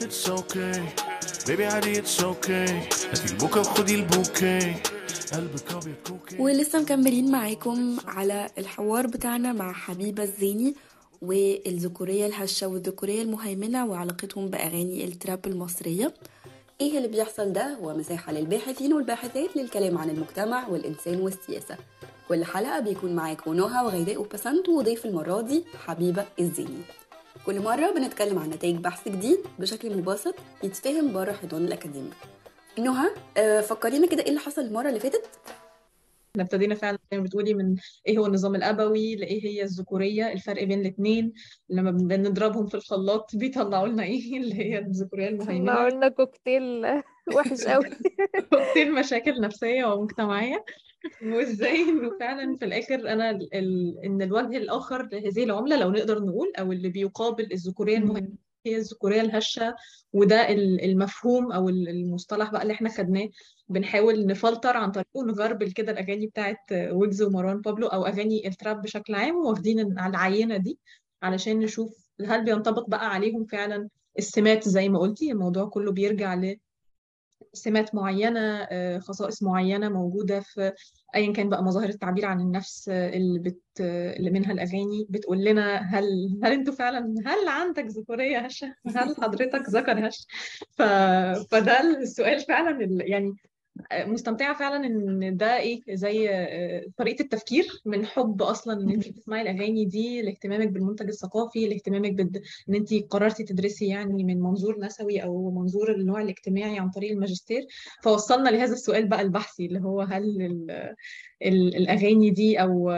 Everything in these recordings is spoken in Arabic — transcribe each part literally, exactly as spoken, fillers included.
it's okay baby عادي it's okay هاتي البوكا وخدي البوكي قلبك ابيض كوكي. ولسه مكملين معاكم على الحوار بتاعنا مع حبيبة الزيني والذكورية الهشة والذكورية المهيمنة وعلاقتهم بأغاني التراب المصرية. ايه اللي بيحصل ده؟ هو مساحة للباحثين والباحثات للكلام عن المجتمع والإنسان والسياسة. كل حلقة بيكون معاكم نهى وغيداء وبسنت، وضيف المرة دي حبيبة الزيني. كل مرة بنتكلم عن نتائج بحث جديد بشكل مبسط يتفهم بره حيطان الأكاديمية. نهى آه فكرينا كده ايه اللي حصل المرة اللي فاتت؟ احنا ابتدينا فعلا زي ما بتقولي من ايه هو النظام الابوي لايه هي الذكوريه، الفرق بين الاثنين لما بنضربهم في الخلاط بيطلعوا لنا ايه اللي هي الذكوريه المهيمنه. طلعوا لنا كوكتيل وحش قوي. كوكتيل مشاكل نفسيه ومجتمعيه، وازاي انه فعلا في الاخر انا ال... ال... ان الوجه الاخر لهذه العمله لو نقدر نقول، او اللي بيقابل الذكوريه المهيمنه هي الذكوريه الهشه. وده المفهوم او المصطلح بقى اللي احنا خدناه بنحاول نفلتر عن طريقه، نغربل كده الاغاني بتاعت ويجز ومروان بابلو او اغاني التراب بشكل عام، واخدين على العينه دي علشان نشوف هل بينطبق بقى عليهم فعلا السمات. زي ما قلتي الموضوع كله بيرجع ل سمات معينة، خصائص معينة موجودة في أيا كان بقى مظاهر التعبير عن النفس اللي بت اللي منها الأغاني بتقول لنا هل هل أنتوا فعلا هل عندك ذكورية هشة؟ هل حضرتك ذكر هش؟ ف... فده السؤال فعلا اللي يعني مستمتعة فعلا ان ده ايه زي طريقة التفكير من حب اصلا ان انت تسمعي الاغاني دي، لاهتمامك بالمنتج الثقافي، لاهتمامك بد... ان انت قررتي تدرسي يعني من منظور نسوي او منظور النوع الاجتماعي عن طريق الماجستير. فوصلنا لهذا السؤال بقى البحثي اللي هو هل ال... ال... الاغاني دي او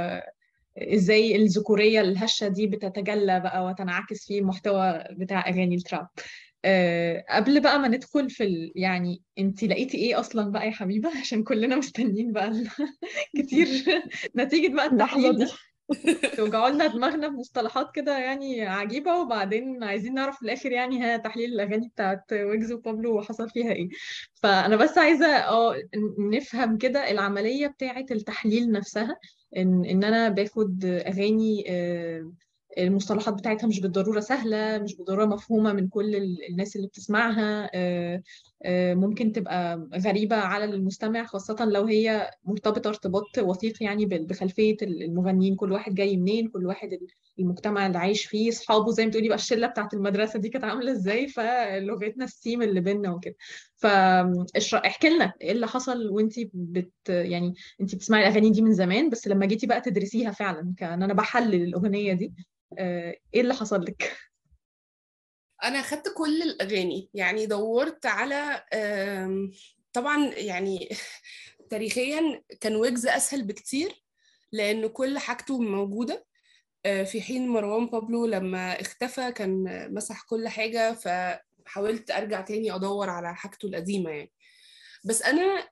ازاي الذكورية الهشة دي بتتجلى بقى وتنعكس في المحتوى بتاع اغاني التراب. أه قبل بقى ما ندخل في ال... يعني انت لقيتي ايه اصلا بقى يا حبيبة، عشان كلنا مستنيين بقى ال... كتير نتيجة بقى التحليل ده. توجعوا لنا دماغنا بمصطلحات كده يعني عجيبة، وبعدين عايزين نعرف في الاخر يعني ها تحليل الاغاني بتاعت ويجز وبابلو وحصل فيها ايه. فانا بس عايزة اه نفهم كده العملية بتاعة التحليل نفسها، ان ان انا باخد اغاني أه المصطلحات بتاعتها مش بالضرورة سهلة، مش بالضرورة مفهومة من كل الناس اللي بتسمعها، ممكن تبقى غريبة على المستمع، خاصة لو هي مرتبطة ارتباط وثيق يعني بخلفية المغنيين، كل واحد جاي منين، كل واحد المجتمع اللي عايش فيه، اصحابه زي ما تقولي بقى الشلة بتاعت المدرسة دي كانت عاملة ازاي، فلغتنا السيم اللي بينا وكده. فاحكي لنا ايه اللي حصل وانتي بت يعني انتي بتسمعي الاغاني دي من زمان، بس لما جيتي بقى تدرسيها فعلا كأن انا بحلل الاغنية دي، ايه اللي حصل لك؟ انا خدت كل الاغاني، يعني دورت على طبعا يعني تاريخيا كان ويجز اسهل بكتير لان كل حاجته موجوده، في حين مروان بابلو لما اختفى كان مسح كل حاجه، فحاولت ارجع تاني ادور على حاجته القديمه يعني. بس انا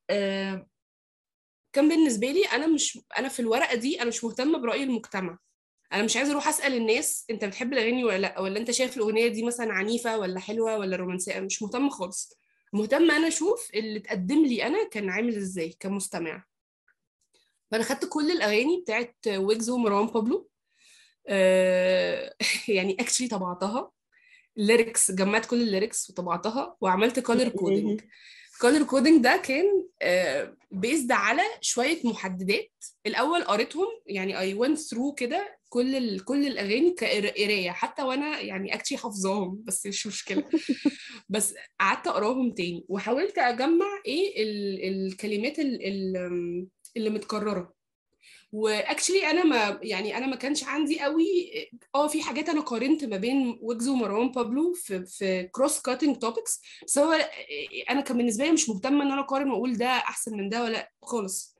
كان بالنسبه لي انا مش انا في الورقه دي انا مش مهتمه براي المجتمع. انا مش عايزه اروح اسال الناس انت بتحب الاغاني ولا لا، ولا انت شايف الاغنيه دي مثلا عنيفه ولا حلوه ولا رومانسيه، مش مهتمه خالص. مهتمه انا اشوف اللي اتقدم لي انا كان عامل ازاي كمستمع. فانا خدت كل الاغاني بتاعت ويجز ومروان بابلو، آه يعني اكشلي طبعتها الليركس، جمعت كل الليركس وطبعتها وعملت كولر كودينج. كولر كودينج ده كان بيزد على شويه محددات. الاول قريتهم يعني اي ونت ثرو كده كل ال... كل الاغاني كقرايه، حتى وانا يعني اكشلي حافظاهم بس مش مشكله. بس قعدت اقراهم تاني وحاولت اجمع ايه ال... الكلمات ال... ال... اللي متكرره. واكشلي انا ما يعني انا ما كانش عندي قوي اه في حاجات انا قارنت ما بين ويجز ومروان بابلو في في كروس كاتنج توبكس، بس هو انا كان بالنسبه لي مش مهتمه ان انا اقارن واقول ده احسن من ده ولا خالص.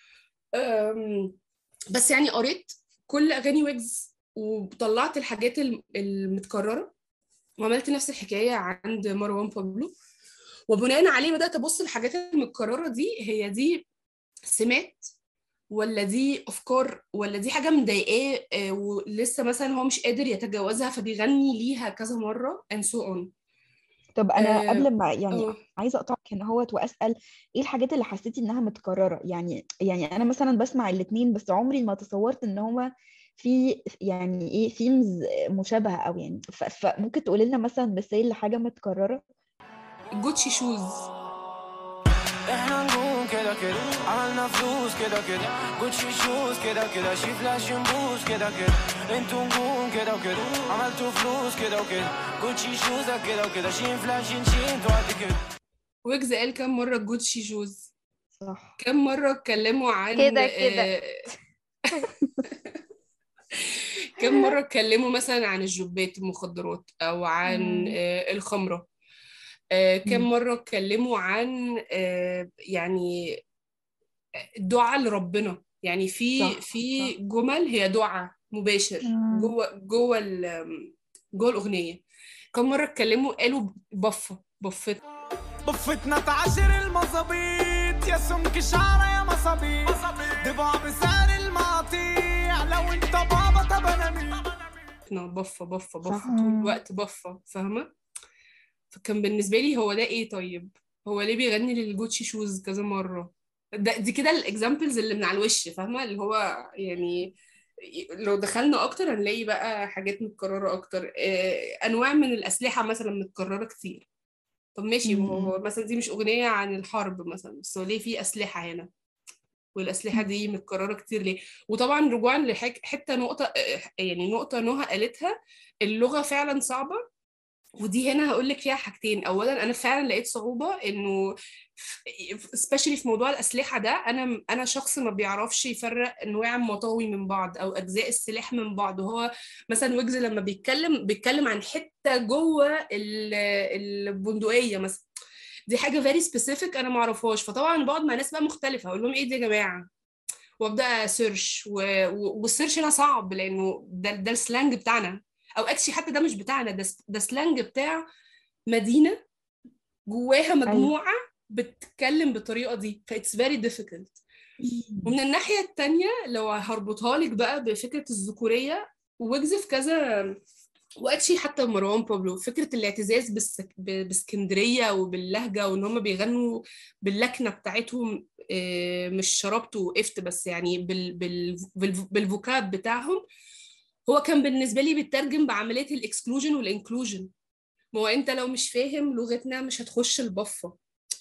بس يعني قريت كل اغاني ويجز وطلعت الحاجات المتكرره وعملت نفس الحكايه عند مروان بابلو، وبناء عليه بدات ابص الحاجات المتكرره دي هي دي سمات ولا دي افكار ولا دي حاجه مضايقاه ولسه مثلا هو مش قادر يتجاوزها فبيغني ليها كذا مره and so on. طب انا أه قبل ما يعني أوه. عايزه اقطعك هنا اهوت واسال ايه الحاجات اللي حسيتي انها متكرره؟ يعني يعني انا مثلا بسمع الاثنين بس عمري ما تصورت ان هما في يعني ايه ثيمز مشابهه، او يعني ف- فممكن تقولي لنا مثلا مثال لحاجه متكرره؟ جوتشي شوز. احنا نقوم كده كده عملنا فلوس كده كده جوتشي شوز كده كده شي فلاش نبوس كده كده انتوا نقوم كده وكده عملتوا فلوس كده وكده جوتشي شوز كده وكده شي فلاش نشي انتوا قد كده. ويجز قال كم مرة جوتشي شوز؟ صح. كم مرة اتكلموا عن كده كده. آه، كم مرة اتكلموا مثلا عن الجوبات المخدرات أو عن مم. آه، الخمرة. آه، كم مم. مرة اتكلموا عن آه، يعني الدعاء لربنا. يعني في صح في صح. جمل هي دعاء مباشر مم. جوه جوه ال- جوه الأغنية. كم مرة اتكلموا قالوا بفة بفت بفتنا تعشر المظابيط يا سمك شعر يا مصابيط ضبع بسعر المقاطيع لو انت بابا طب انا مين. بفة بفة صح. بفة طول مم. الوقت بفة، فاهمة؟ فكان بالنسبة لي هو ده ايه؟ طيب هو ليه بيغني للجوتشي شوز كذا مرة؟ ده دي كده الاكزامبلز اللي من على الوش، فاهمة؟ اللي هو يعني لو دخلنا اكتر هنلاقي بقى حاجات متكررة اكتر. آه، انواع من الاسلحة مثلا متكررة كتير. طب ماشي، ما مم. هو مثلا دي مش اغنية عن الحرب مثلا، بس هو ليه في اسلحة هنا؟ والاسلحة مم. دي متكررة كتير ليه؟ وطبعا رجوعا لحتة نقطة، آه، يعني نقطة نهى قالتها، اللغة فعلا صعبة. ودي هنا هقول لك فيها حاجتين. اولا انا فعلا لقيت صعوبه انه سبيشالي في موضوع الاسلحه ده، انا انا شخص ما بيعرفش يفرق انواع المطاوي من بعض او اجزاء السلاح من بعض. وهو مثلا ويجز لما بيتكلم بيتكلم عن حته جوه ال- البندقيه مثلا، دي حاجه فيري سبيسيفيك انا ما اعرفهاش. فطبعا بقعد مع ناس بقى مختلفه اقول لهم ايه دي يا جماعه، وابدا سيرش و... و- والسيرش هنا صعب لانه ده ده السلانج بتاعنا. او اكشلي حتى ده مش بتاعنا، ده ده سلانج بتاع مدينه جواها ايوه. مجموعه بتتكلم بالطريقه دي، فايتس فيري ديفيكلت. مم. ومن الناحيه التانية لو هربطها لك بقى بفكره الذكوريه، ويجز في كذا، واكشلي حتى مروان بابلو، فكره الاعتزاز بالسك... ب- باسكندريه وباللهجه، وان هم بيغنوا باللكنه بتاعتهم. آه، مش شربت وقفت بس، يعني بال... بال... بال... بالفوكاب بتاعهم. هو كان بالنسبه لي بيترجم بعمليه الاكسكلوجن والانكلوجن. ما هو انت لو مش فاهم لغتنا مش هتخش البفه.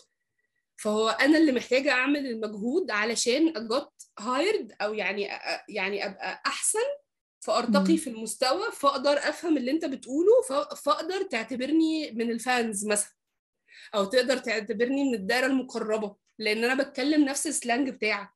فهو انا اللي محتاجه اعمل المجهود علشان اجوت هايرد، او يعني أ- يعني ابقى احسن، فارتقي مم. في المستوى، فاقدر افهم اللي انت بتقوله، ف- فاقدر تعتبرني من الفانز مثلا، او تقدر تعتبرني من الدائره المقربه، لان انا بتكلم نفس السلانج بتاعك.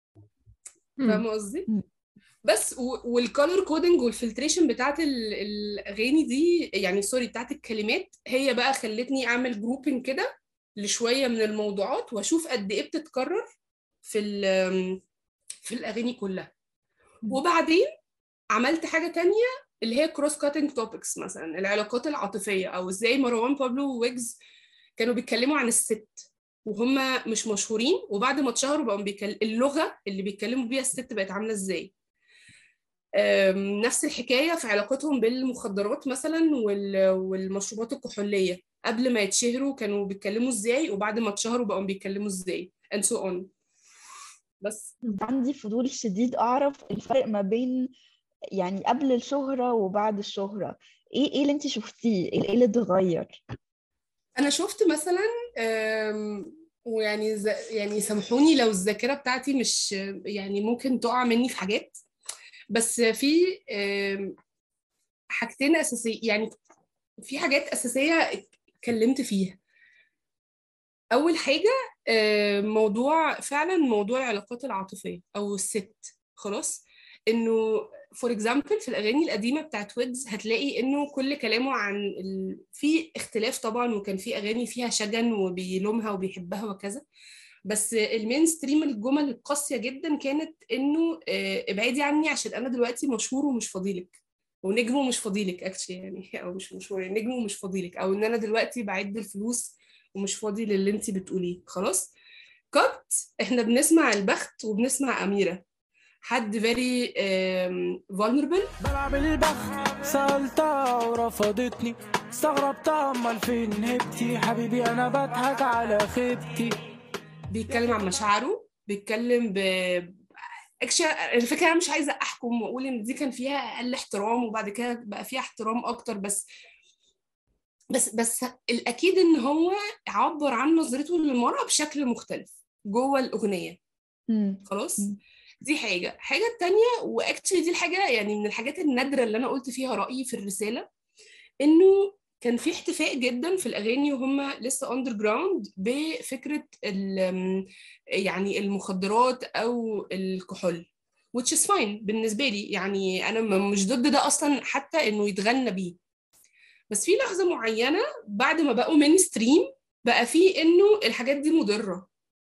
مم. فاهمه قصدي؟ مم. بس والكالر كودنج والفلتريشن بتاعت ال- الاغاني دي، يعني سوري بتاعت الكلمات، هي بقى خلتني اعمل جروبنج كده لشويه من الموضوعات، واشوف قد ايه بتتكرر في ال- في الاغاني كلها. وبعدين عملت حاجة تانية اللي هي كروس كاتنج توبكس، مثلا العلاقات العاطفية، أو إزاي مروان بابلو وويجز كانوا بيتكلموا عن الست وهم مش مشهورين، وبعد ما اتشهروا بقوا بيكلم اللغة اللي بيتكلموا بيها الست بقت عاملة إزاي. أم، نفس الحكاية في علاقتهم بالمخدرات مثلا وال- والمشروبات الكحولية، قبل ما يتشهروا كانوا بيتكلموا إزاي، وبعد ما اتشهروا بقوا بيتكلموا إزاي and so on. بس عندي فضول شديد اعرف الفرق ما بين يعني قبل الشهرة وبعد الشهرة. ايه ايه اللي انت شفتيه، ايه إيه اللي اتغير؟ انا شفت مثلا، أم، ويعني ز... يعني سامحوني لو الذاكره بتاعتي مش، يعني ممكن تقع مني في حاجات، بس في أم، حاجتين اساسيه، يعني في حاجات اساسيه اتكلمت فيها. اول حاجه أم، موضوع فعلا موضوع العلاقات العاطفيه او الست، خلاص. انه فور اكزامبل في الاغاني القديمه بتاعت ويجز هتلاقي انه كل كلامه عن ال... في اختلاف طبعا، وكان في اغاني فيها شجن وبيلومها وبيحبها وكذا، بس المين ستريم الجمل القاسيه جدا كانت انه آه، ابعدي عني عشان انا دلوقتي مشهور ومش فاضيلك، ونجم ومش فاضيلك اكشلي يعني او مش مشهور، يعني نجم ومش فاضيلك، او ان انا دلوقتي بعد الفلوس ومش فاضي للي انت بتقوليه. خلاص كات، احنا بنسمع البخت وبنسمع اميره، حد very um, vulnerable. بلعب البخت سألتها ورفضتني استغربتها امال فين هبتي حبيبي انا بضحك على خيبتي. بيتكلم عن مشاعره، بيتكلم ب اكشن الفكره انا مش عايزه احكم واقول ان دي كان فيها اقل احترام وبعد كده بقى فيها احترام اكتر، بس بس بس الاكيد ان هو عبر عن نظرته للمرأة بشكل مختلف جوه الاغنيه. مم. خلاص، مم. دي حاجه. حاجه التانية واكشلي دي الحاجه يعني من الحاجات النادره اللي انا قلت فيها رايي في الرساله، انه كان في احتفاء جدا في الاغاني وهم لسه اندر جراوند بفكره ال- يعني المخدرات او الكحول، which is fine بالنسبه لي، يعني انا م- مش ضد ده اصلا حتى انه يتغنى بيه. بس في لحظه معينه بعد ما بقوا مين ستريم بقى في انه الحاجات دي مضره.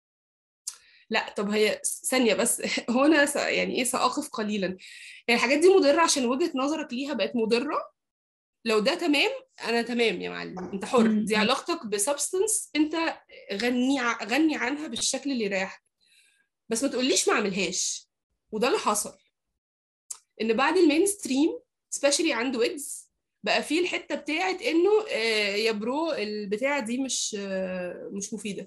لا طب هي ثانيه بس هنا س- يعني ايه ساقف قليلا. يعني الحاجات دي مضره عشان وجهه نظرك ليها بقت مضره، لو ده تمام انا تمام يا معلم، انت حر، دي مم. علاقتك بسبستنس، انت غني ع- غني عنها بالشكل اللي يريحك، بس ما تقوليش ما اعملهاش. وده اللي حصل، ان بعد المين ستريم سبيشالي عند ويجز بقى فيه الحته بتاعت انه آه يا برو البتاعه دي مش آه مش مفيده،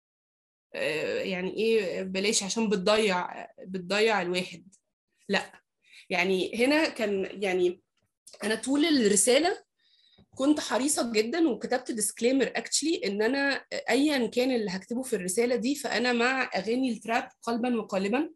آه يعني ايه بلاش عشان بتضيع بتضيع الواحد. لا يعني هنا كان يعني انا طول الرساله كنت حريصه جدا وكتبت ديسكليمر اكشلي ان انا ايا كان اللي هكتبه في الرساله دي فانا مع اغاني التراب قلبا وقالبا،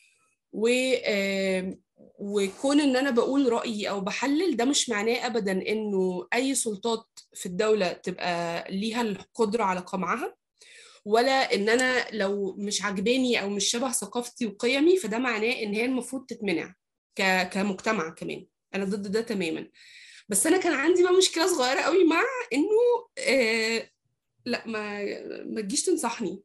و آه، وكون ان انا بقول رايي او بحلل ده مش معناه ابدا انه اي سلطات في الدوله تبقى ليها القدره على قمعها، ولا ان انا لو مش عجباني او مش شبه ثقافتي وقيمي فده معناه ان هي المفروض تتمنع ك... كمجتمع كمان. انا ضد ده تماما. بس انا كان عندي بقى مشكله صغيره قوي مع انه آه لا ما ما تجيش تنصحني.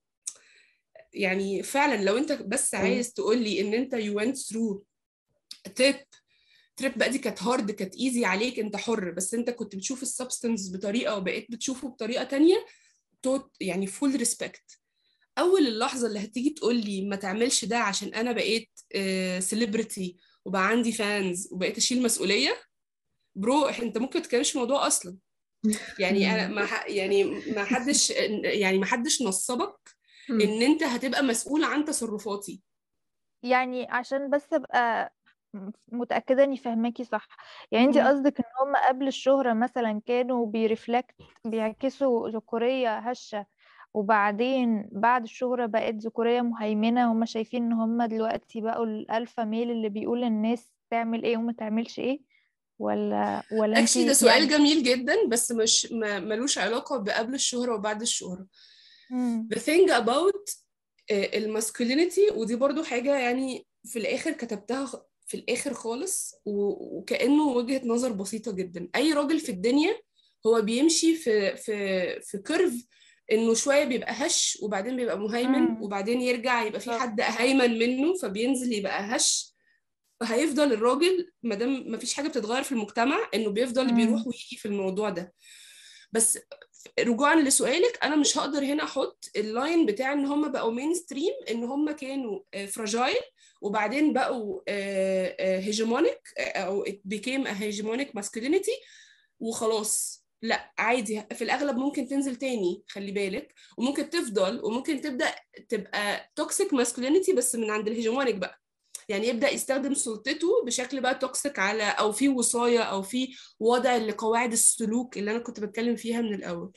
يعني فعلا لو انت بس ايوه. عايز تقول لي ان انت you went through تريب تريب بقى دي كانت هارد كانت ايزي عليك انت حر، بس انت كنت بتشوف السبستنس بطريقه وبقيت بتشوفه بطريقه تانية، توت يعني فول ريسبكت. اول اللحظه اللي هتيجي تقول لي ما تعملش ده عشان انا بقيت سيلبرتي وبقى عندي فانز وبقيت اشيل مسؤوليه، برو انت ممكن تتكلمش في الموضوع اصلا. يعني انا مم. ما ح... يعني ما حدش يعني ما حدش نصبك مم. ان انت هتبقى مسؤول عن تصرفاتي. يعني عشان بس ابقى م- متأكدة اني فاهماكي صح، يعني انت مم. قصدك ان هم قبل الشهرة مثلا كانوا بيرفلكت بيعكسوا ذكورية هشة، وبعدين بعد الشهرة بقت ذكورية مهيمنة، هم شايفين ان هم دلوقتي بقوا الألفا ميل اللي بيقول للناس تعمل ايه وما تعملش ايه، ولا ولا انت اكشلي ده سؤال يعني. جميل جدا بس مش ما ملوش علاقة بقبل الشهرة وبعد الشهرة. مم. the thing about الماسكولينيتي، ودي برضو حاجة يعني في الآخر كتبتها خ- في الآخر خالص و- وكأنه وجهة نظر بسيطة جدا. أي راجل في الدنيا هو بيمشي في في في كيرف، إنه شوية بيبقى هش وبعدين بيبقى مهيمن مم. وبعدين يرجع يبقى في بالظبط. حد أهيمن منه فبينزل يبقى هش. هيفضل الراجل ما دام ما فيش حاجة بتتغير في المجتمع إنه بيفضل مم. بيروح ويجي في الموضوع ده. بس رجوعا لسؤالك انا مش هقدر هنا احط اللاين بتاع ان هم بقوا مين ستريم ان هم كانوا فراجايل وبعدين بقوا هيجمونيك او it became a hegemonic masculinity وخلاص. لا عادي في الاغلب ممكن تنزل تاني خلي بالك، وممكن تفضل وممكن تبدا تبقى توكسيك ماسكولينيتي بس من عند الهيجمونيك بقى، يعني يبدا يستخدم سلطته بشكل بقى توكسيك على او في وصايه او في وضع لقواعد السلوك اللي انا كنت بتكلم فيها من الاول.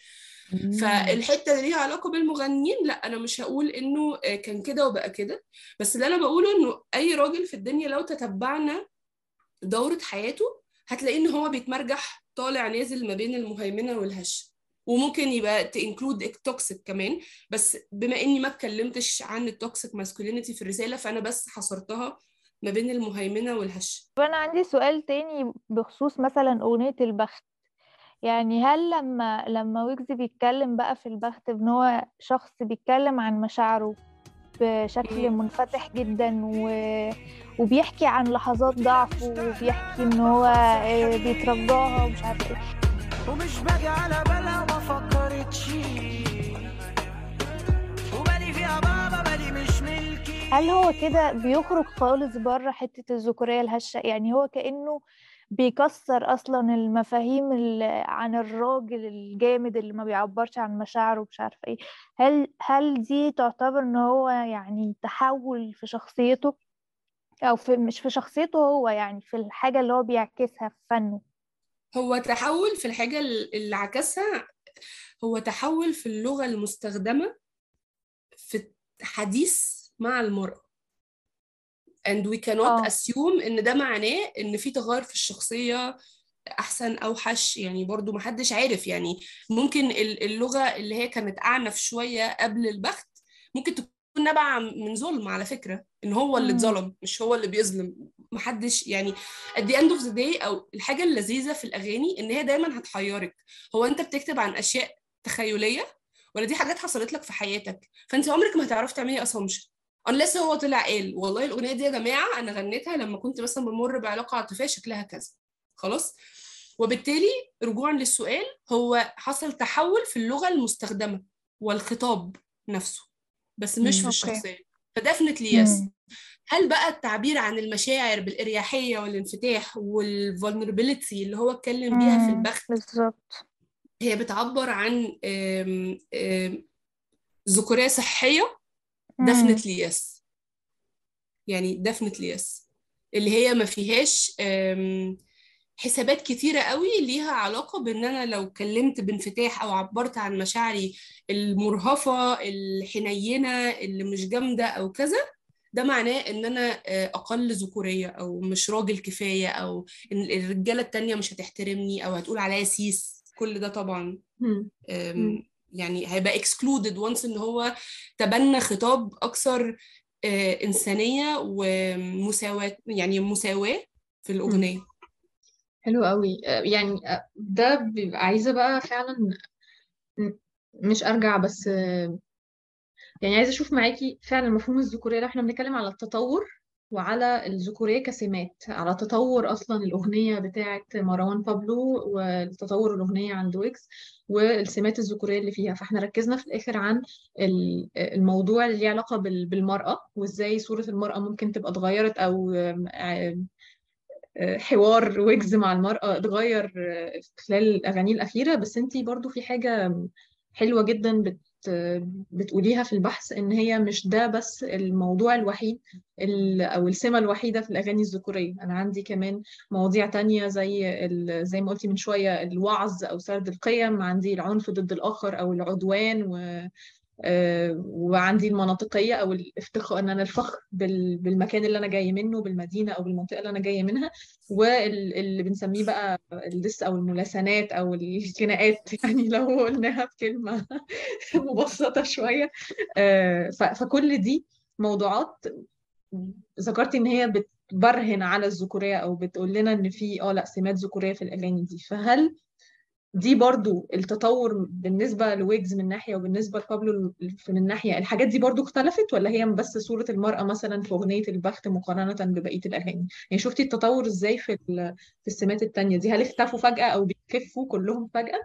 مم. فالحته اللي ليها علاقه بالمغنيين لا انا مش هقول انه كان كده وبقى كده، بس اللي انا بقوله انه اي راجل في الدنيا لو تتبعنا دوره حياته هتلاقي ان هو بيتمرجح طالع نازل ما بين المهيمنه والهش، وممكن يبقى تنكلود التوكسيك كمان. بس بما اني ما اتكلمتش عن التوكسيك ماسكولينيتي في الرساله فانا بس حصرتها ما بين المهيمنه والهش. طب انا عندي سؤال تاني بخصوص مثلا أغنية البخت. يعني هل لما لما ويجز بيتكلم بقى في البخت ان هو شخص بيتكلم عن مشاعره بشكل منفتح جدا و... وبيحكي عن لحظات ضعفه وبيحكي ان هو آه، بيترجاها ومش عارفه ايه، ومش باجي على بالها ما فكرتش وبالي فيها بابا بالي مش ملكي. هل هو كده بيخرج خالص بره حتة الذكورية الهشة؟ يعني هو كأنه بيكسر اصلا المفاهيم ال- عن الراجل الجامد اللي ما بيعبرش عن مشاعره ومش عارفه ايه. هل هل دي تعتبر ان هو يعني تحول في شخصيته؟ او في مش في شخصيته هو، يعني في الحاجة اللي هو بيعكسها في فنه. هو تحول في الحاجة اللي عكسها، هو تحول في اللغة المستخدمة في الحديث مع المرأة. and we cannot اه assume ان ده معناه ان في تغير في الشخصية احسن اوحش، يعني برضو محدش عارف. يعني ممكن اللغة اللي هي كانت اعنف شوية قبل البخت ممكن تكون نابعة من ظلم، على فكرة ان هو اللي امم اتظلم مش هو اللي بيظلم. محدش يعني at the end of the day. او الحاجة اللذيذة في الاغاني ان هي دايما هتحيرك، هو انت بتكتب عن اشياء تخيلية ولا دي حاجات حصلت لك في حياتك؟ فانت عمرك ما هتعرفي تعملي assumption unless هو طلع قال والله الأغنية دي يا جماعة أنا غنيتها لما كنت مثلا بمر بعلاقة عاطفية شكلها كذا، خلاص. وبالتالي رجوعا للسؤال، هو حصل تحول في اللغة المستخدمة والخطاب نفسه بس مش في اوكي. الشخصية. فدفنتلي يس. امم هل بقى التعبير عن المشاعر بالإريحية والانفتاح والفولنربيليتي اللي هو اتكلم بيها في امم البخت بالظبط. هي بتعبر عن آم، آم، ذكورية صحية؟ امم definitely yes. يعني definitely yes. اللي هي ما فيهاش آم، حسابات كتيرة قوي ليها علاقة بان انا لو اتكلمت بانفتاح او عبرت عن مشاعري المرهفة الحنينة اللي مش جامدة او كذا، ده معناه ان انا آه، اقل ذكورية او مش راجل كفاية او ان الرجالة التانية مش هتحترمني او هتقول عليا سيس. كل ده طبعا مم. مم. آم، يعني هيبقى excluded once ان هو تبنى خطاب اكثر آه، انسانية ومساواة، يعني مساواة في مم. الأغنية. حلو قوي. آه، يعني آه، ده بيبقى عايزة بقى فعلا م- مش أرجع بس، آه، يعني عايزة أشوف معاكي فعلا مفهوم الذكورية. لو احنا بنتكلم على التطور وعلى الذكورية كسمات، على تطور أصلا الأغنية بتاعة مروان بابلو وتطور الأغنية عند ويكس والسمات الذكورية اللي فيها، فاحنا ركزنا في الآخر عن ال- الموضوع اللي ليه علاقة بال- بالمرأة وإزاي صورة المرأة ممكن تبقى اتغيرت، أو آم، حوار ويجز مع المرأة اتغير خلال الأغاني الأخيرة. بس انتي برضو في حاجة حلوة جدا بت بتقوليها في البحث، ان هي مش ده بس الموضوع الوحيد ال- او السمة الوحيدة في الأغاني الذكورية. انا عندي كمان مواضيع تانية زي ال- زي ما قلتي من شوية الوعظ او سرد القيم، عندي العنف ضد الآخر او العدوان، و آه، وعندي المناطقية أو الافتخار، أن أنا الفخر بال- بالمكان اللي أنا جاي منه، بالمدينة أو بالمنطقة اللي أنا جاية منها، واللي بنسميه بقى اللس أو الملاسنات أو الخناقات يعني لو قلناها بكلمة مبسطة شوية. آه، ف- فكل دي موضوعات ذكرتي إن هي بتبرهن على الذكورية أو بتقول لنا إن في اه لا سمات ذكورية في الأغاني دي. فهل دي برضو التطور بالنسبة لويجز من ناحية وبالنسبة لبابلو في من ناحية، الحاجات دي برضو اختلفت ولا هي بس صورة المرأة مثلا في أغنية البخت مقارنة ببقية الأغاني؟ يعني شفتي التطور ازاي في ال- في السمات التانية دي؟ هل اختفوا فجأة أو بيخفوا كلهم فجأة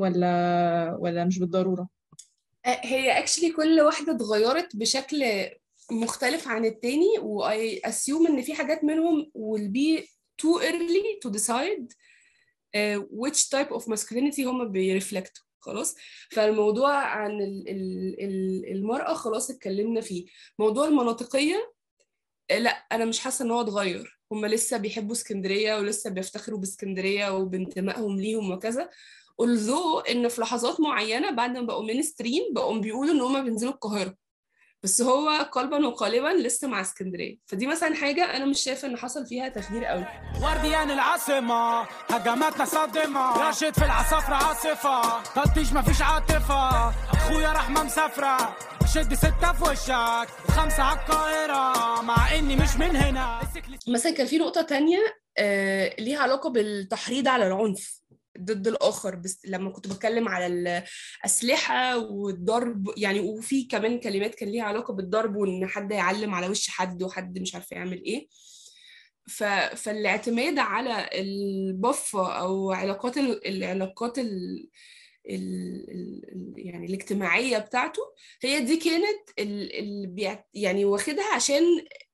ولا ولا مش بالضرورة؟ آه، هي actually كل واحدة اتغيرت بشكل مختلف عن التاني، و I assume إن في حاجات منهم will be too early to decide uh, which type of masculinity هم بيرفلكتوا. خلاص. فالموضوع عن ال ال ال المرأة خلاص اتكلمنا فيه. موضوع المناطقية آه، لا أنا مش حاسة إن هو اتغير. هم لسه بيحبوا اسكندرية ولسه بيفتخروا باسكندرية وبانتمائهم ليهم وكذا. although إن في لحظات معينة بعد ما بقوا مين ستريم بقوا بيقولوا إن هم بينزلوا القاهرة، بس هو قلبا وقالبا لسه مع اسكندريه. فدي مثلا حاجه انا مش شايفه ان حصل فيها تغيير قوي. ورديان العاصمة هجماتنا صادمة، راشد في العصافرة عاصفة، تلطيش مفيش عاطفة، اخويا رحمة مسافرة، شد ستة في وشك وخمسة عالقاهرة مع اني مش من هنا. مثلا كان في نقطه تانية آه ليها علاقه بالتحريض على العنف ضد الآخر، بس لما كنت بتكلم على الأسلحة والضرب يعني، وفي كمان كلمات كان ليها علاقة بالضرب وإن حد يعلم على وش حد وحد مش عارفة يعمل إيه. ف... فالاعتماد على البفة أو علاقات ال... العلاقات ال... ال... ال... يعني الاجتماعية بتاعته، هي دي كانت ال... ال... بيع... يعني واخدها عشان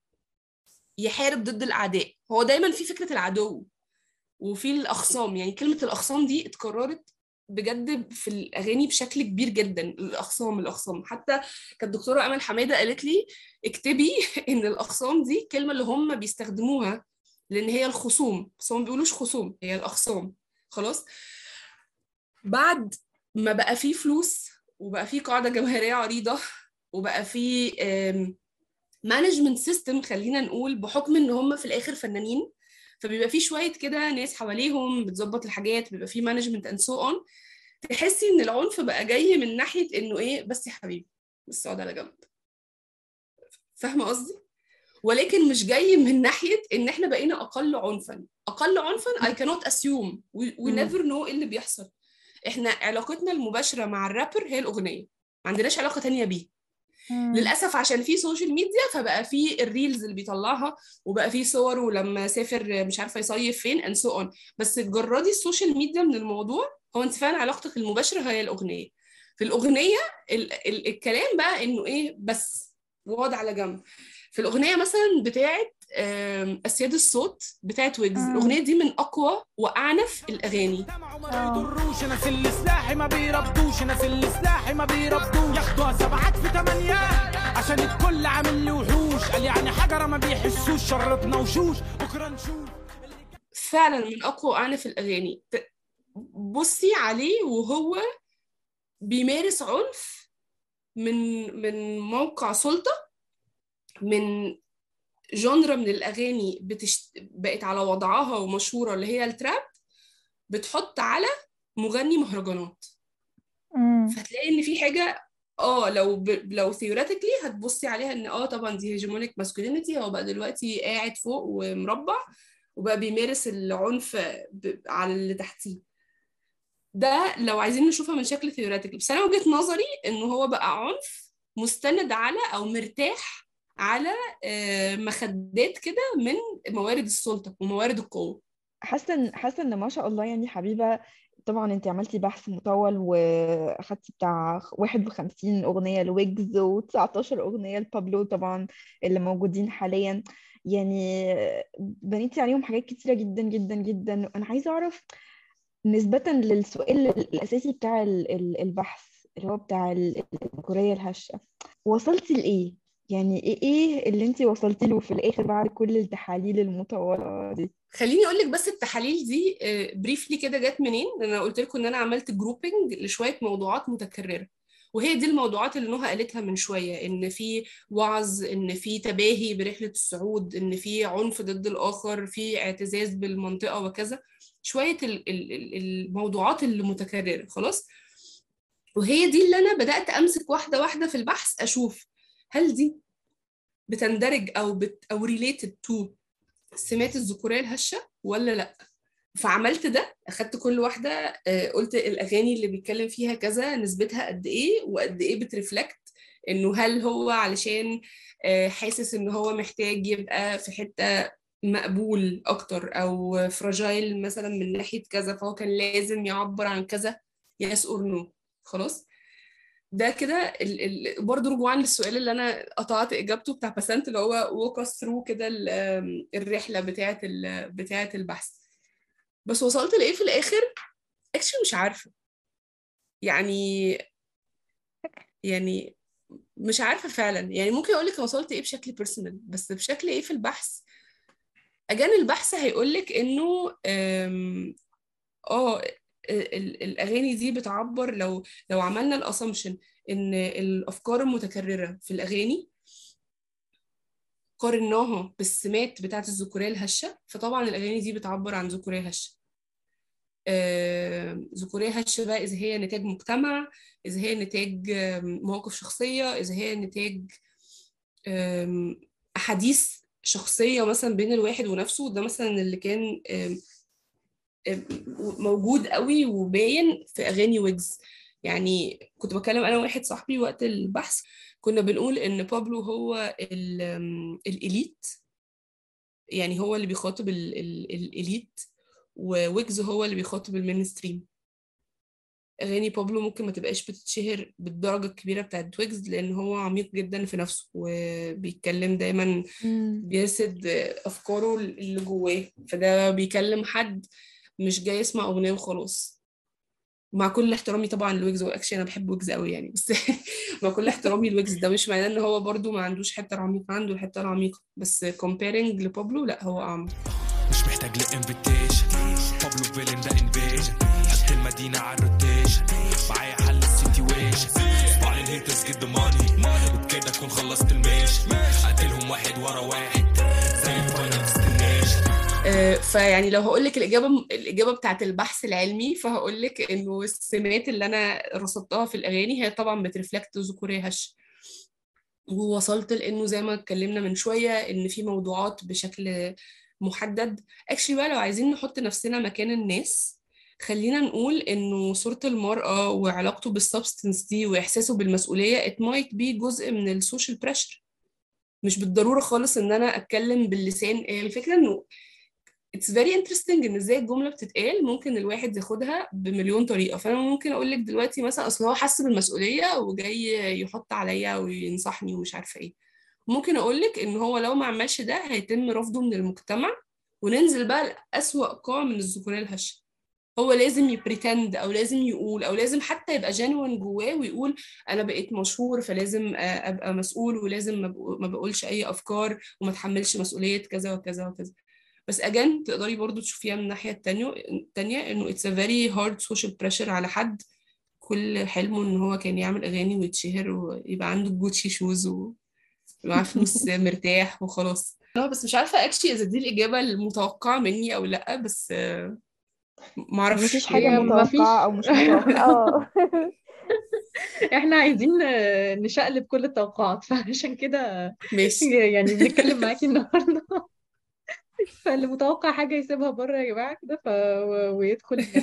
يحارب ضد الأعداء. هو دايما في فكرة العدو وفي الأخصام، يعني كلمة الأخصام دي اتكررت بجد في الاغاني بشكل كبير جدا، الاخصام الاخصام حتى كانت الدكتوره امل حماده قالت لي اكتبي ان الاخصام دي الكلمه اللي هم بيستخدموها لان هي الخصوم، بس هم ما بيقولوش خصوم، هي الاخصام. خلاص بعد ما بقى فيه فلوس وبقى فيه قاعده جماهيريه عريضه وبقى فيه مانجمنت سيستم، خلينا نقول بحكم ان هم في الاخر فنانين، فبيبقى فيه شويه كده ناس حواليهم بتظبط الحاجات، بيبقى فيه مانجمنت اند سو اون. تحسي ان العنف بقى جاي من ناحيه انه ايه، بس يا حبيبي بس اقعد على جنب، فاهمه قصدي؟ ولكن مش جاي من ناحيه ان احنا بقينا اقل عنفا. اقل عنفا I cannot assume we, we never know ايه اللي بيحصل. احنا علاقتنا المباشره مع الرابر هي الاغنيه، ما عندناش علاقه تانية بيه. للاسف عشان في سوشيال ميديا فبقى في الريلز اللي بيطلعها وبقى في صور ولما سافر مش عارفه يصيف فين and so on. بس تجردي السوشيال ميديا من الموضوع، هو انت فعلا علاقتك المباشره هي الاغنيه. في الاغنيه ال- ال- الكلام بقى انه ايه بس واقعد على جنب. في الاغنيه مثلا بتاعه آم، اسياد الصوت بتاعه ويجز، الاغنيه دي من اقوى واعنف الاغاني. ما يضروش ناس اللي سلاحي ما بيربطوش، ناس اللي سلاحي ما بيربطوش، ياخدوها سبعات في تمانيات عشان الكل عامل لي وحوش، قال يعني حجره ما بيحسوش، شرطنا وشوش بكره نشوف. فعلا من اقوى واعنف الاغاني. ت- بصي عليه وهو بيمارس عنف من من موقع سلطه، من جونرا من الاغاني بتشت... بقت على وضعها ومشهوره اللي هي التراب، بتحط على مغني مهرجانات. مم. فتلاقي ان في حاجه اه لو ب... لو ثيوريتيكلي هتبصي عليها ان اه طبعا دي هيجمونيك ماسكولينيتي، هو بقى دلوقتي قاعد فوق ومربع وبقى بيمارس العنف ب... على اللي تحتيه. ده لو عايزين نشوفها من شكل ثيوريتيكلي. بس انا وجهة نظري انه هو بقى عنف مستند على او مرتاح على آه، مخدات كده من موارد السلطة وموارد القوة. حاسه ان حاسه ان ما شاء الله يعني حبيبه. طبعا انت عملتي بحث مطول واخدتي بتاع واحد وخمسين اغنيه لويجز و19 اغنيه لبابلو طبعا اللي موجودين حاليا. يعني بنيتي عليهم حاجات كتيره جدا جدا جدا. انا عايزه اعرف نسبه للسؤال الاساسي بتاع ال- ال- البحث اللي هو بتاع ال- الكوريه الهشه، وصلتي لايه؟ يعني ايه ايه اللي انت وصلتي له في الاخر بعد كل التحاليل المطوله دي؟ خليني اقول لك بس التحاليل دي بريفلي كده جت منين. انا قلت لكم ان انا عملت جروبنج لشويه موضوعات متكرره، وهي دي الموضوعات اللي نهى قالتها من شويه، ان في وعظ، ان في تباهي برحله الصعود، ان في عنف ضد الاخر، في اعتزاز بالمنطقه وكذا. شويه ال- ال- ال- الموضوعات اللي متكرره. خلاص، وهي دي اللي انا بدات امسك واحده واحده في البحث، اشوف هل دي بتندرج او بت او ريليتد تو السمات الذكوريه الهشه ولا لا. فعملت ده، اخدت كل واحده آه، قلت الاغاني اللي بيتكلم فيها كذا نسبتها قد ايه وقد ايه بترفلكت انه هل هو علشان آه، حاسس ان هو محتاج يبقى في حته مقبول اكتر او فراجايل مثلا من ناحيه كذا، فهو كان لازم يعبر عن كذا، يس اور نو. خلاص، ده كده ال... ال... برضه رجوعا للسؤال اللي انا قطعت اجابته بتاع بسنت، اللي هو walk us through كده ال... آم، الرحله بتاعه ال... بتاعه البحث. بس وصلت لايه في الاخر؟ اكشلي مش عارفه. يعني يعني مش عارفه فعلا. يعني ممكن اقول لك وصلت ايه بشكل بيرسونال، بس بشكل ايه في البحث. اجان البحث هيقول لك انه آم، اه ال- الاغاني دي بتعبر، لو لو عملنا الاسامبشن ان الافكار المتكرره في الاغاني قارناها بالسمات بتاعت الذكوريه الهشه، فطبعا الاغاني دي بتعبر عن ذكوريه هشه. آه، ذكوريه هشه بقى اذا هي نتاج مجتمع، اذا هي نتاج آم، مواقف شخصيه، اذا هي نتاج آم، احاديث شخصيه مثلا بين الواحد ونفسه. ده مثلا اللي كان آم، موجود قوي وباين في اغاني ويجز. يعني كنت بكلم انا وواحد صاحبي وقت البحث، كنا بنقول ان بابلو هو ال- أم، الاليت، يعني هو اللي بيخاطب ال- ال- الاليت، وويجز هو اللي بيخاطب المينستريم. اغاني بابلو ممكن ما تبقاش بتتشهر بالدرجه الكبيره بتاعت ويجز لان هو عميق جدا في نفسه وبيتكلم دايما، مم. بيسد افكاره اللي جواه. فده بيكلم حد مش جاي يسمع اغنيه وخلاص، مع كل احترامي طبعا لويجز، واكشلي انا بحب ويجز قوي يعني، بس مع كل احترامي لويجز ده مش معناه ان هو برضو ما عندوش حته العميقه، عنده الحته العميقه، بس comparing لبابلو لا هو اعمق. مش محتاج لانفيتيشن، بابلو فيلن ده انفيجن، حط المدينه على الروتيشن، معايا حل السيتويشن، اسمع الهيترز جيت ذا ماني، وبكده اكون خلصت الميشن، اقتلهم واحد ورا واحد زي الفاينل ديستنيشن. آه، فيعني لو هقول لك الاجابه الاجابه بتاعت البحث العلمي، فهقول لك انه السمات اللي انا رصدتها في الاغاني هي طبعا بترفلكت ذكوريه هش، ووصلت لانه زي ما اتكلمنا من شويه ان في موضوعات بشكل محدد. اكشلي بقى لو عايزين نحط نفسنا مكان الناس، خلينا نقول انه صورة المرأة وعلاقته بالسبستنس دي واحساسه بالمسؤولية it might be جزء من السوشيال بريشر. مش بالضرورة خالص ان انا اتكلم باللسان، الفكرة انه it's very interesting ان ازاي الجملة بتتقال ممكن الواحد ياخدها بمليون طريقة. فانا ممكن اقول لك دلوقتي مثلا اصل هو حس بالمسؤولية وجاي يحط عليا وينصحني ومش عارفة ايه، ممكن اقول لك ان هو لو ما عملش ده هيتم رفضه من المجتمع، وننزل بقى لأسوأ قاع من الذكورية الهشة. هو لازم يبريتند او لازم يقول او لازم حتى يبقى جانوين جواه ويقول انا بقيت مشهور فلازم ابقى مسؤول، ولازم ما بقولش اي افكار وما اتحملش مسؤولية كذا وكذا وكذا. بس اجان تقدري برضو تشوفيها من الناحية التانية التانية انه it's a very hard social pressure على حد كل حلمه ان هو كان يعمل اغاني ويتشهر ويبقى عنده جوتشي شوز ومعاه فلوس مرتاح وخلاص. بس مش عارفة اكشلي اذا دي الاجابة المتوقعة مني او لا، بس معرفش. مفيش حاجة هي مفيش متوقعة أو مش متوقعة. اه احنا عايزين نشقلب كل التوقعات، فعشان كده ماشي. يعني بنتكلم معاكي النهارده. فاللي متوقع حاجة يسيبها بره يا جماعة كده ف... ويدخل.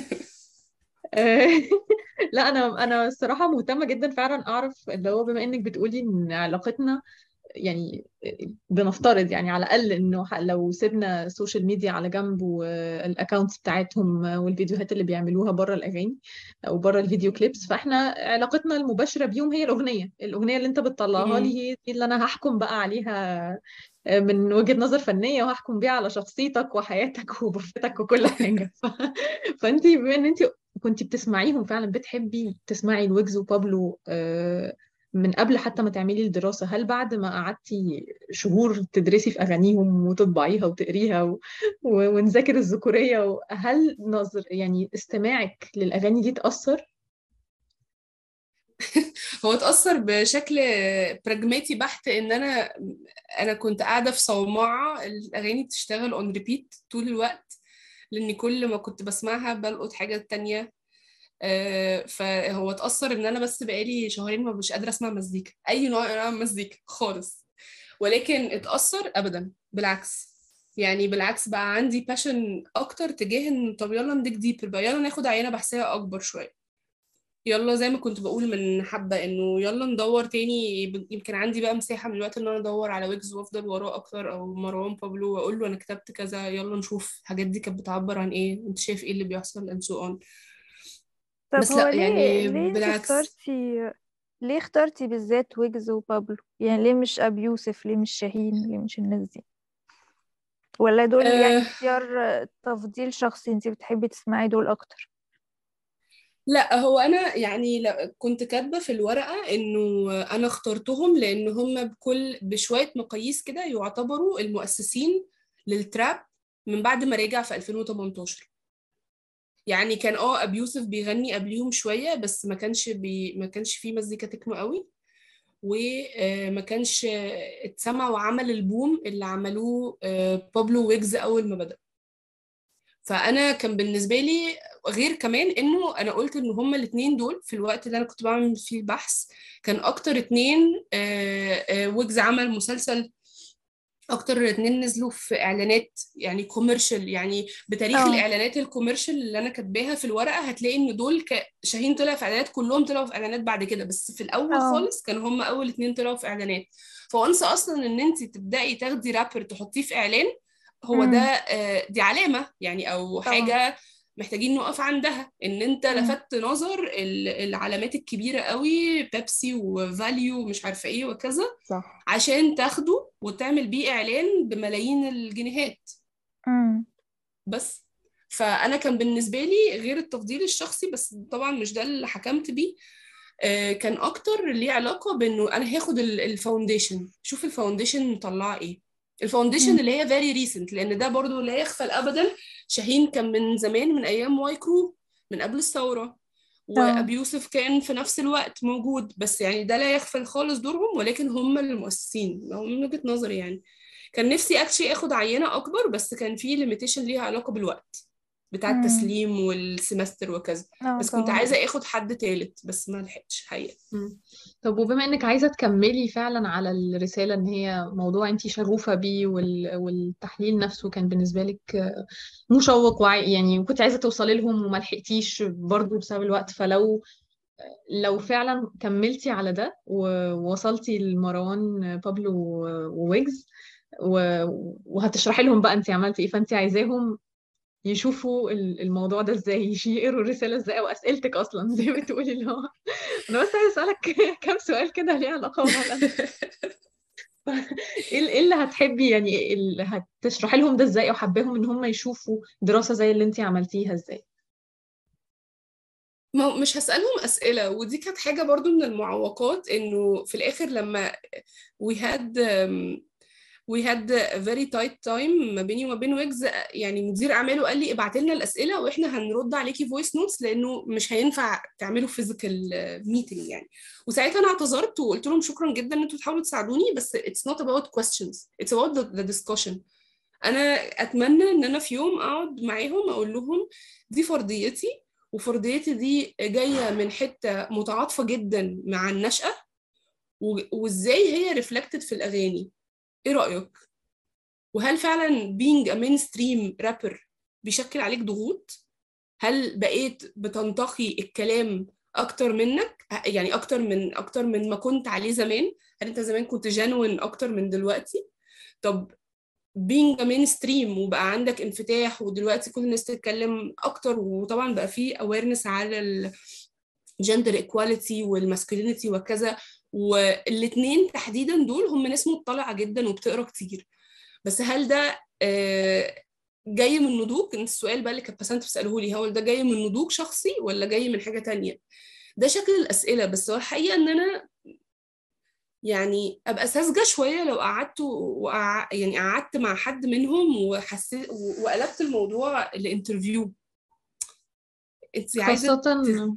لا انا انا الصراحة مهتمة جدا فعلا اعرف اللي هو بما انك بتقولي ان علاقتنا يعني بنفترض يعني على الأقل إنه لو سيبنا السوشيال ميديا على جنب والأكاونتس بتاعتهم والفيديوهات اللي بيعملوها بره الأغاني أو بره الفيديو كليبس، فإحنا علاقتنا المباشرة بيهم هي الأغنية الأغنية اللي أنت بتطلعها لي، هي دي اللي أنا هحكم بقى عليها من وجهة نظر فنية، وهحكم بيها على شخصيتك وحياتك وبرفتك وكل حاجة. ف... فأنت بما إن أنت كنت بتسمعيهم فعلا، بتحبي تسمعي الويجز وبابلو آه من قبل حتى ما تعملي الدراسة، هل بعد ما قعدتي شهور تدرسي في أغانيهم وتطبعيها وتقريها و... و... ونذاكر الذكورية، هل نظر يعني استماعك للأغاني دي تأثر؟ هو اتأثر بشكل براجماتي بحت، ان انا انا كنت قاعدة في صومعة الأغاني بتشتغل اون ريبيت طول الوقت، لأن كل ما كنت بسمعها بلقط حاجة تانية. آه، فهو اتأثر ان انا بس بقالي شهرين ما مش قادرة اسمع مزيكا، اي نوع انواع المزيكا خالص. ولكن اتأثر ابدا، بالعكس يعني بالعكس بقى عندي باشن اكتر تجاه ان طب يلا نديك ديبر بقى، يلا ناخد عينة بحثية اكبر شوية، يلا زي ما كنت بقول من حبة انه يلا ندور تاني. يمكن عندي بقى مساحة من الوقت ان انا ادور على ويجز وافضل وراه اكتر، او مروان بابلو، واقول له انا كتبت كذا يلا نشوف الحاجات دي كانت بتعبر عن ايه، انت شايف ايه اللي بيحصل and so on. طب بس هو لا ليه يعني ليه انت بالعكس. اخترتي ليه اخترتي بالذات ويجز وبابلو؟ يعني ليه مش ابي يوسف، ليه مش شاهين، ليه مش الناس دي؟ ولا دول يعني أه اختيار تفضيل شخصي، انت بتحبي تسمعي دول اكتر؟ لا هو انا يعني لا كنت كاتبه في الورقه انه انا اخترتهم لان هم بكل بشويه مقاييس كده يعتبروا المؤسسين للتراب من بعد ما رجع في ألفين وتمنتاشر. يعني كان اه ابي يوسف بيغني قبليهم شويه، بس ما كانش بي ما كانش فيه مزيكا تكنو قوي، وما كانش اتسمع وعمل البوم اللي عملوه آه، بابلو ويجز اول ما بدأ. فانا كان بالنسبه لي غير كمان انه انا قلت ان هما الاثنين دول في الوقت اللي انا كنت بعمل فيه البحث كان اكتر اتنين آه، آه، ويجز عمل مسلسل، اكتر اتنين نزلوا في اعلانات يعني كوميرشال، يعني بتاريخ اه الاعلانات الكوميرشال اللي انا كاتباها في الورقه هتلاقي ان دول ك... شاهين طلع في اعلانات، كلهم طلعوا في اعلانات بعد كده، بس في الاول اه خالص كانوا هم اول اتنين طلعوا في اعلانات. فوانسى اصلا ان انت تبداي تاخدي رابر تحطيه في اعلان، هو ده امم آه، دي علامه يعني او طبعا. حاجه محتاجين نقف عندها، ان انت امم لفتت نظر ال- العلامات الكبيره قوي بيبسي وفاليو ومش عارفه ايه وكذا، صح. عشان تاخده وتعمل بيه إعلان بملايين الجنيهات امم بس. فانا كان بالنسبه لي غير التفضيل الشخصي، بس طبعا مش ده اللي حكمت بيه، آه، كان اكتر ليه علاقه بانه انا هاخد الفاونديشن، شوف الفاونديشن مطلعه ايه. الفاونديشن مم. اللي هي فيري ريسنت، لان ده برضو لا يغفل ابدا، شاهين كان من زمان، من ايام واي كرو، من قبل الثوره، اه وابي يوسف كان في نفس الوقت موجود، بس يعني ده لا يغفل خالص دورهم، ولكن هم المؤسسين، هم من وجهه نظري يعني. كان نفسي اكشلي اخد عينه اكبر، بس كان في ليميتيشن ليها علاقه بالوقت بتاع مم. التسليم والسمستر وكذا، اه بس كنت طبعا. عايزه اخد حد تالت بس ما لحقتش حقيقه. مم. طب وبما انك عايزة تكملي فعلا على الرسالة، ان هي موضوع انتي شغوفة بيه وال... والتحليل نفسه كان بالنسبة لك آه، مشوق، وعي يعني وكنت عايزة توصلي لهم وما لحقتيش برضه بسبب الوقت، فلو لو فعلا كملتي على ده ووصلتي لمروان بابلو وويجز و- وهتشرحي لهم بقى انت عملتي ايه، فانت عايزاهم يشوفوا ال- الموضوع ده ازاي، يقروا الرسالة ازاي، او اسئلتك اصلا زي ما بتقولي اللي هو انا بس عايز اسالك كام سؤال كده ليه علاقة بهذا. ايه ال- إيه اللي هتحبي يعني إيه اللي هتشرحي لهم ده ازاي، او حباهم ان هم يشوفوا دراسة زي اللي انت عملتيها ازاي؟ ما هو مش هسألهم أسئلة، ودي كانت حاجة برضو من المعوقات، إنه في الآخر لما we had um, we had a very tight time ما بيني وما بين ويجز، يعني مدير أعماله قال لي ابعت لنا الأسئلة وإحنا هنرد عليكي فويس نوتس، لأنه مش هينفع تعملوا فيزيكال ميتنج يعني. وساعتها أنا اعتذرت وقلت لهم شكرا جدا إن أنتوا بتحاولوا تساعدوني، بس it's not about questions, it's about the, the discussion. أنا أتمنى إن أنا في يوم أقعد معاهم أقول لهم دي فرضيتي، وفرضيتي دي جاية من حتة متعاطفة جدا مع النشأة، و- وإزاي هي ريفلكتد في الأغاني. إيه رأيك؟ وهل فعلا being a mainstream rapper بيشكل عليك ضغوط؟ هل بقيت بتنتقي الكلام أكتر منك؟ يعني أكتر من أكتر من ما كنت عليه زمان؟ هل أنت زمان كنت جانوين أكتر من دلوقتي؟ طب being a mainstream وبقى عندك انفتاح، ودلوقتي كل الناس تتكلم اكتر، وطبعا بقى في awareness على ال gender equality والmasculinity وكذا، والاتنين تحديدا دول هم ناس مطلعة جدا وبتقرا كتير، بس هل ده آه، جاي من نضوج؟ انت السؤال بقى اللي كانت بسنت بتسأله لي، هو ده جاي من نضوج شخصي ولا جاي من حاجة تانية؟ ده شكل الأسئلة. بس هو الحقيقة ان انا يعني ابقى ساذجه شويه لو قعدت وقع... يعني قعدت مع حد منهم وحسيت و- وقلبت الموضوع لانترفيو. انت عايزه خاصة ت...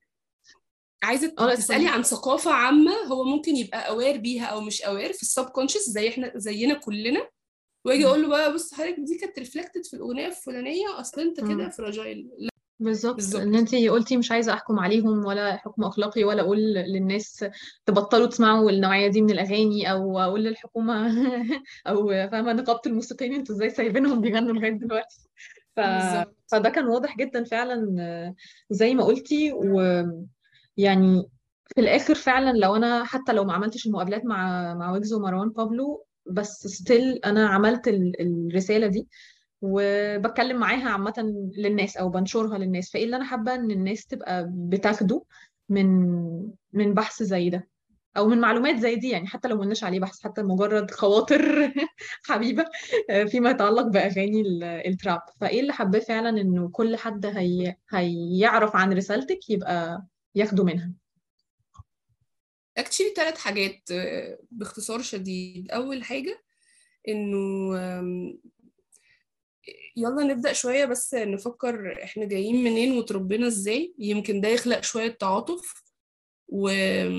عايزه اه لا تسالي اتفضلي. عن ثقافه عامه هو ممكن يبقى اوير بيها او مش اوير في السب كونشس زي احنا زينا كلنا، واجي اقول له بقى بص حضرتك دي كانت ريفلكتد في الاغنيه الفلانيه، اصل انت كده مم. فراجايل. لا بالظبط، ان بالظبط. انتي قلتي مش عايزه احكم عليهم ولا حكم اخلاقي، ولا اقول للناس تبطلوا تسمعوا النوعيه دي من الاغاني، او اقول للحكومه او فاهمه نقابه الموسيقيين انتوا ازاي سايبينهم بيغنوا لغايه دلوقتي. ف... بالظبط. فده كان واضح جدا فعلا آه، زي ما قلتي. ويعني في الاخر فعلا لو انا حتى لو ما عملتش المقابلات مع مع ويجز ومروان بابلو، بس ستيل انا عملت ال- الرساله دي وبتكلم معاها عامة للناس أو بنشرها للناس. فإيه اللي أنا حابة إن الناس تبقى بتاخده من من بحث زي ده، أو من معلومات زي دي، يعني حتى لو ملناش عليه بحث، حتى مجرد خواطر حبيبة فيما يتعلق بأغاني ال- التراب. فإيه اللي حابة فعلا إنه كل حد هي... هيعرف عن رسالتك يبقى ياخده منها؟ اكشلي ثلاث حاجات آه، باختصار شديد. اول حاجه انه آم، يلا نبدأ شوية بس نفكر احنا جايين منين وتربينا ازاي، يمكن ده يخلق شوية تعاطف و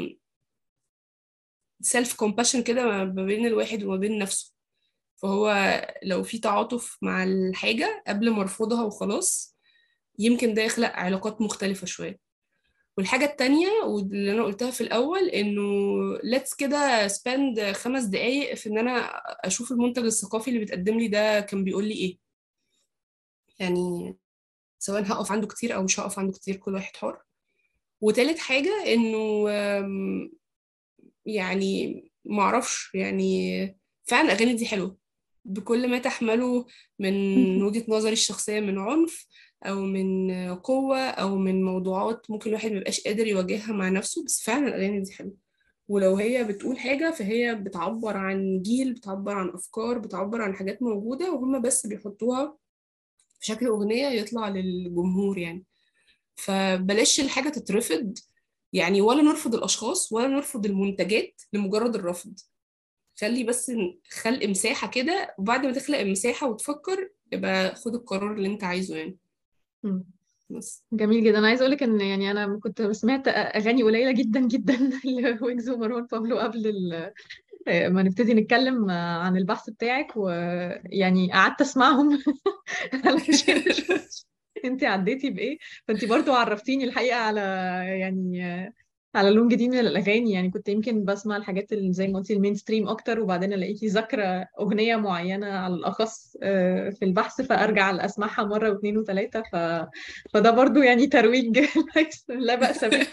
سيلف كومباشن كده ما بين الواحد وما بين نفسه. فهو لو في تعاطف مع الحاجة قبل ما ارفضها وخلاص، يمكن ده يخلق علاقات مختلفة شوية. والحاجة التانية واللي أنا قلتها في الأول إنه let's كده spend خمس دقايق في إن أنا أشوف المنتج الثقافي اللي بتقدم لي ده كان بيقول لي إيه. يعني سواء هقف عنده كتير أو مش هقف عنده كتير، كل واحد حر. وتالت حاجة إنه آم، يعني معرفش، يعني فعلا الأغاني دي حلوة بكل ما تحمله من وجهة نظري الشخصية، من عنف أو من قوة أو من موضوعات ممكن الواحد ميبقاش قادر يواجهها مع نفسه، بس فعلا الأغاني دي حلوة. ولو هي بتقول حاجة فهي بتعبر عن جيل، بتعبر عن أفكار، بتعبر عن حاجات موجودة وهم بس بيحطوها في شكل أغنية يطلع للجمهور يعني. فبلاش الحاجة تترفض يعني، ولا نرفض الأشخاص ولا نرفض المنتجات لمجرد الرفض. خلي بس خلق مساحة كده، وبعد ما تخلق المساحة وتفكر يبقى خد القرار اللي انت عايزه يعني. مم. بس جميل جدا. انا عايزه اقول لك ان يعني انا كنت سمعت اغاني قليله جدا جدا لويجز ومروان بابلو قبل ال- ما نبتدي نتكلم عن البحث بتاعك، ويعني قعدت اسمعهم علشان اشوف انت عديتي بايه. فانت برضو عرفتيني الحقيقه على يعني على لون جديد من الاغاني. يعني كنت يمكن بسمع الحاجات اللي زي ما قلتي المين ستريم اكتر، وبعدين الاقيكي ذاكره اغنيه معينه على الاخص آه، في البحث، فارجع اسمعها مره واثنين وثلاثه. ف... فده برضو يعني ترويج ليس- لا باس به،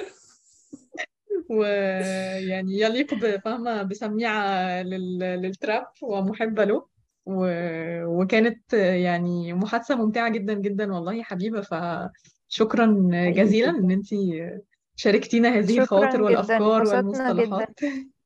ويعني يليق بفهمة بسميعة لل... للتراب ومحبة له. و... وكانت يعني محادثة ممتعة جدا جدا والله يا حبيبة. فشكرا حقيقي جزيلا ان جدا. انت شاركتينا هذه الخواطر شكرا جدا، والافكار اتبسطنا جدا. والمصطلحات.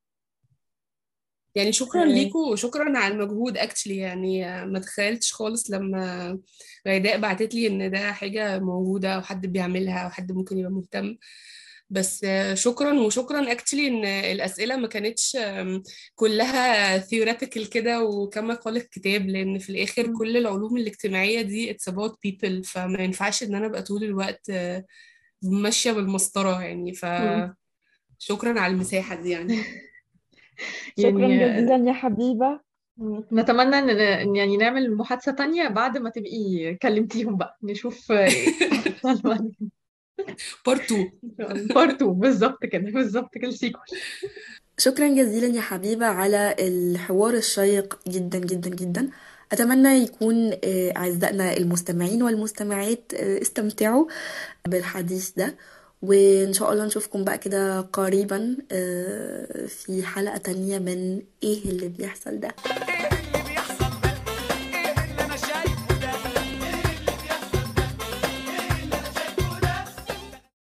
يعني شكرا ليكوا وشكرا على المجهود اكشلي يعني. ما تخيلتش خالص لما غيداء بعتت لي ان ده حاجة موجودة وحد بيعملها وحد ممكن يبقى مهتم. بس شكرا. وشكرا اكشلي ان الاسئلة ما كانتش كلها theoretical كده وكما قال الكتاب، لان في الاخر مم. كل العلوم الاجتماعية دي it's about people، فما ينفعش ان انا ابقى طول الوقت ماشية بالمسطرة يعني. مم. فشكرا على المساحة دي يعني. شكرا يعني جزيلا يا حبيبة. نتمنى ان إن يعني نعمل محادثة تانية بعد ما تبقي كلمتيهم بقى، نشوف ايه حصل بعد بارتو. كده. بارتو بالظبط كده، بالظبط كده السيكوال. شكرا جزيلا يا حبيبة على الحوار الشيق جدا جدا جدا. أتمنى يكون آه، أعزائنا المستمعين والمستمعات آه، استمتعوا بالحديث ده، وإن شاء الله نشوفكم بقى كده قريبا آه، في حلقة تانية من إيه اللي بيحصل ده.